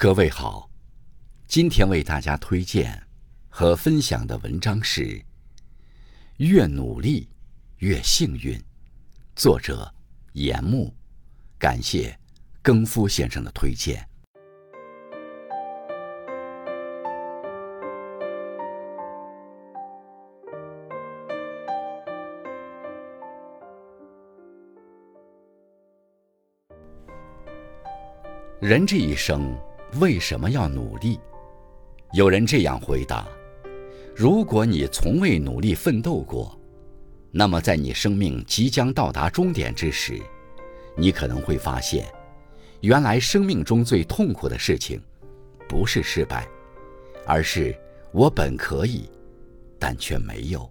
各位好，今天为大家推荐和分享的文章是越努力越幸运，作者严木，感谢更夫先生的推荐。人这一生为什么要努力？有人这样回答：如果你从未努力奋斗过，那么在你生命即将到达终点之时，你可能会发现，原来生命中最痛苦的事情不是失败，而是我本可以，但却没有。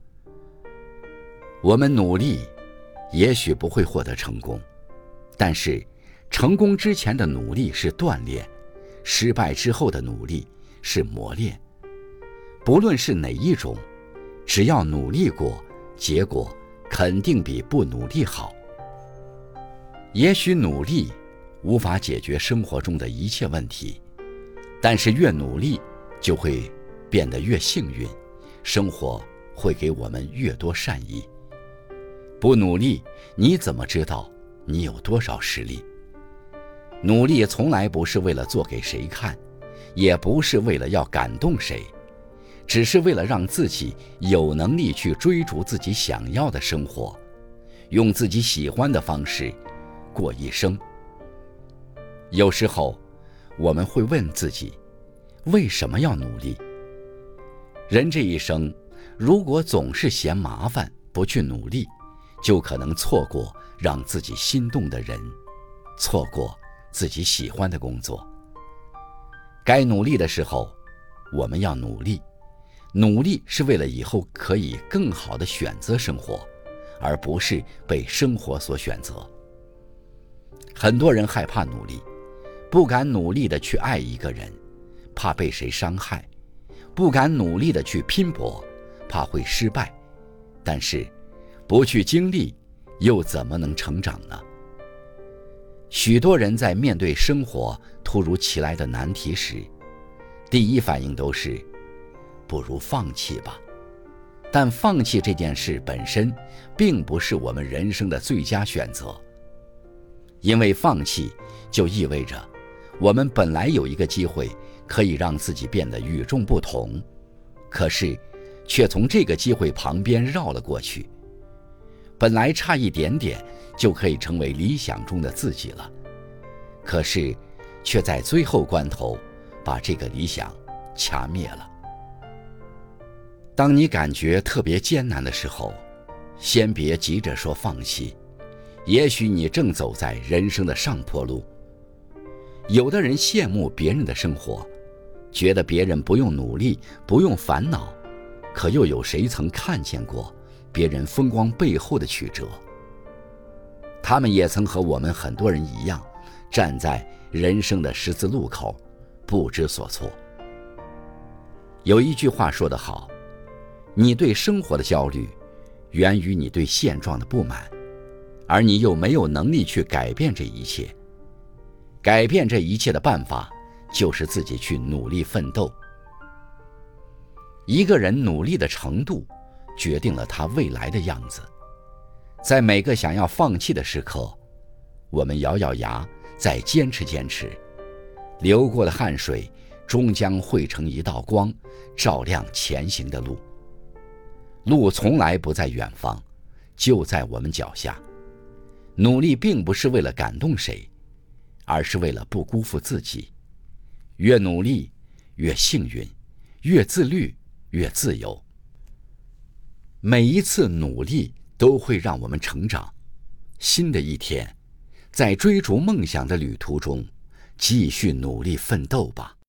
我们努力也许不会获得成功，但是成功之前的努力是锻炼，失败之后的努力是磨练。不论是哪一种，只要努力过，结果肯定比不努力好。也许努力无法解决生活中的一切问题，但是越努力就会变得越幸运，生活会给我们越多善意。不努力，你怎么知道你有多少实力？努力从来不是为了做给谁看，也不是为了要感动谁，只是为了让自己有能力去追逐自己想要的生活，用自己喜欢的方式过一生。有时候我们会问自己，为什么要努力？人这一生，如果总是嫌麻烦不去努力，就可能错过让自己心动的人，错过自己喜欢的工作。该努力的时候，我们要努力。努力是为了以后可以更好地选择生活，而不是被生活所选择。很多人害怕努力，不敢努力地去爱一个人，怕被谁伤害，不敢努力地去拼搏，怕会失败。但是不去经历，又怎么能成长呢？许多人在面对生活突如其来的难题时，第一反应都是不如放弃吧。但放弃这件事本身并不是我们人生的最佳选择，因为放弃就意味着我们本来有一个机会可以让自己变得与众不同，可是却从这个机会旁边绕了过去。本来差一点点就可以成为理想中的自己了，可是却在最后关头把这个理想掐灭了。当你感觉特别艰难的时候，先别急着说放弃，也许你正走在人生的上坡路。有的人羡慕别人的生活，觉得别人不用努力，不用烦恼，可又有谁曾看见过别人风光背后的曲折？他们也曾和我们很多人一样，站在人生的十字路口，不知所措。有一句话说得好，你对生活的焦虑源于你对现状的不满，而你又没有能力去改变这一切。改变这一切的办法就是自己去努力奋斗。一个人努力的程度决定了他未来的样子。在每个想要放弃的时刻，我们咬咬牙再坚持坚持，流过的汗水终将汇成一道光，照亮前行的路。路从来不在远方，就在我们脚下。努力并不是为了感动谁，而是为了不辜负自己。越努力越幸运，越自律越自由。每一次努力都会让我们成长。新的一天，在追逐梦想的旅途中，继续努力奋斗吧。